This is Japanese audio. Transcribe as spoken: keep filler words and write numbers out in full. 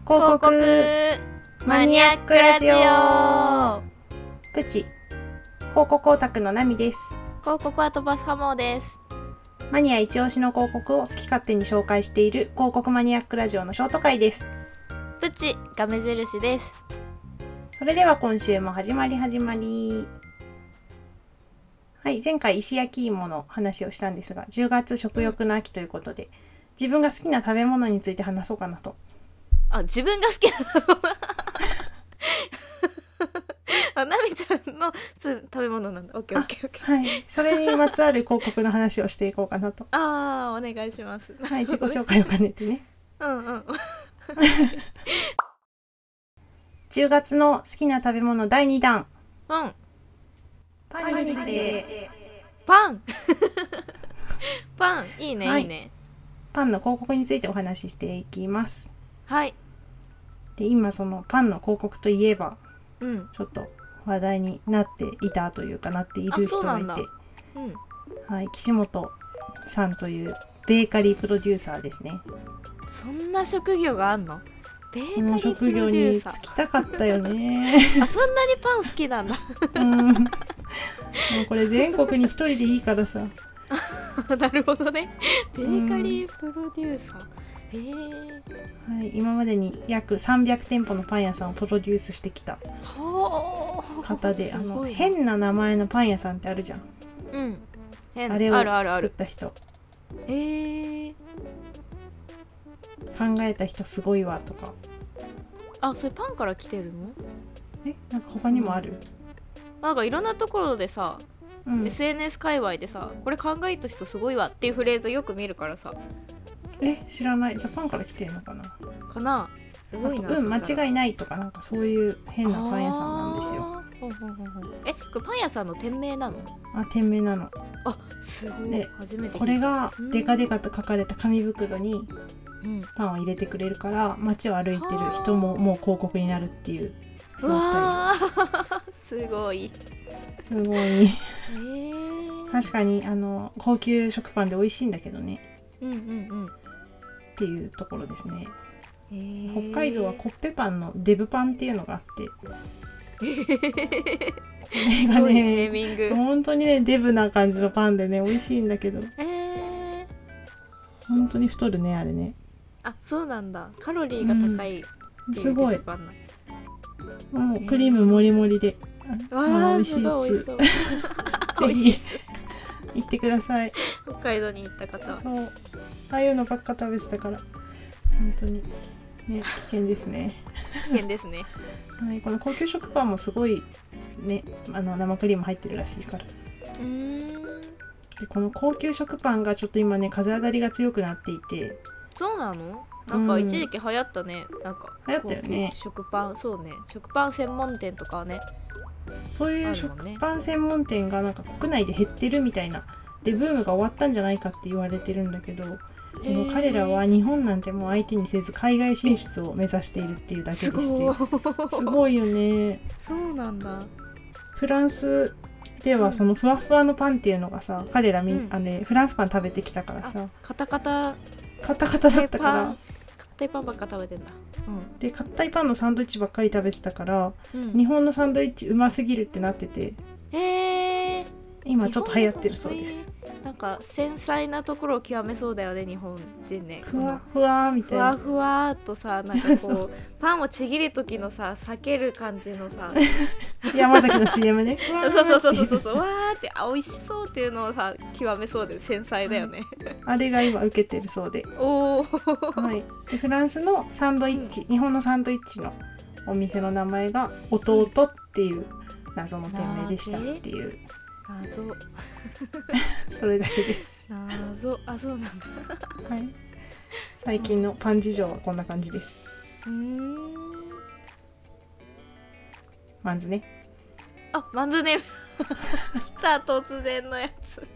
広告マニアックラジオプチ広告オタクのナミです。 広告は飛ばすハモーです。 マニア一押しの広告を好き勝手に紹介している広告マニアックラジオのショート回です。 プチが目印です。 それでは今週も始まり始まり。はい、前回石焼き芋の話をしたんですが、じゅうがつ食欲の秋ということで、自分が好きな食べ物について話そうかなと。 あ、自分が好きな食べ物あ、ナミちゃんの食べ物なんだ。オッケーオッケーオッケー。 はい、それにまつわる広告の話をしていこうかなと。 あー、お願いします。 はい、自己紹介を兼ねてね。 うんうんじゅうがつの好きな食べ物だいにだん。 うん。 パンについて。 パンパンいいね、 はい、 いいね。 パンの広告についてお話ししていきます。 はい。 で、今そのパンの広告といえば、 うん、 ちょっと話題になっていたというかなっている人がいて、 うん、 はい、岸本さんというベーカリープロデューサーですね。 そんな職業があんの？ベーカリープロデューサー。 職業に就きたかったよねあ、そんなにパン好きなんだうん、もうこれ全国に一人でいいからさなるほどね。ベーカリープロデューサー、へー、はい、今までに約さんびゃくてんぽのパン屋さんをプロデュースしてきた方で、あの変な名前のパン屋さんってあるじゃん。 うん、変あれを作った人。 へー、 考えた人すごいわとか。 あ、それパンから来てるの？ え、なんか他にもある？ なんかいろんなところでさ、うん、エスエヌエス 界隈でさ、これ考えた人すごいわっていうフレーズよく見るからさ。 え、知らない。じゃあパンから来てるのかなかな。すごいな。 うん、間違いないとか、なんかそういう変なパン屋さんなんですよ。 ほんほんほんほん。え、これパン屋さんの店名なの？ あ、店名なの。 あ、すごい。 で、 初めて聞いた。 これがデカデカと書かれた紙袋にうん、 パンを入れてくれるから、街を歩いてる人ももう広告になるっていう、そのスタイル。すごい。 すごい。 へー、 確かにあの高級食パンで美味しいんだけどね。 うんうんうん。 っていうところですね。 へー、 北海道はコッペパンのデブパンっていうのがあって、これがね、本当にねデブな感じのパンでね美味しいんだけど、 へー、 本当に太るねあれね。 あ、そうなんだ。カロリーが高いっていう、 うん、すごい。 パンな。 もうクリームもりもりで、 わー、 美味しいです。ぜひ行ってください。 北海道に行った方。 そう、ああいうのばっか食べてたから本当にね、危険ですね。 危険ですね。 はい、この高級食パンもすごいね、あの生クリーム入ってるらしいから。 うーん。 で、この高級食パンがちょっと今ね風当たりが強くなっていて。 そうなの？なんか一時期流行ったね。うん、なんか流行ったよね。 食パン、そうね。食パン専門店とかね。 そういう食パン専門店がなんか国内で減ってるみたいな。でブームが終わったんじゃないかって言われてるんだけど、でも彼らは日本なんてもう相手にせず海外進出を目指しているっていうだけでして、すごいよね。 そうなんだ。 フランスではそのふわふわのパンっていうのがさ、彼らみ、うん、あれフランスパン食べてきたからさ、 カタカタカタカタだったから硬いパンばっか食べてんだ、うん、 で硬いパンのサンドイッチばっかり食べてたから、 うん、 日本のサンドイッチうますぎるってなってて、 へー、 今ちょっと流行ってるそうです。 なんか繊細なところを極めそうだよね、日本人ね。 ふわふわみたいな、 ふわふわっとさ、なんかこうパンをちぎる時のさ、裂ける感じのさ山崎の シーエム ねそうそうそうそうそう、わーって、あ、美味しそうっていうのをさ極めそうで繊細だよねあれが今受けてるそうで、 おー、 はい、でフランスのサンドイッチ、うん、日本のサンドイッチのお店の名前が弟っていう謎の店名でしたっていう、 謎それだけです。 謎、あ、そうなんだはい、最近のパン事情はこんな感じです。 うーん、 マンズね。 あ、マンズね来た、突然のやつ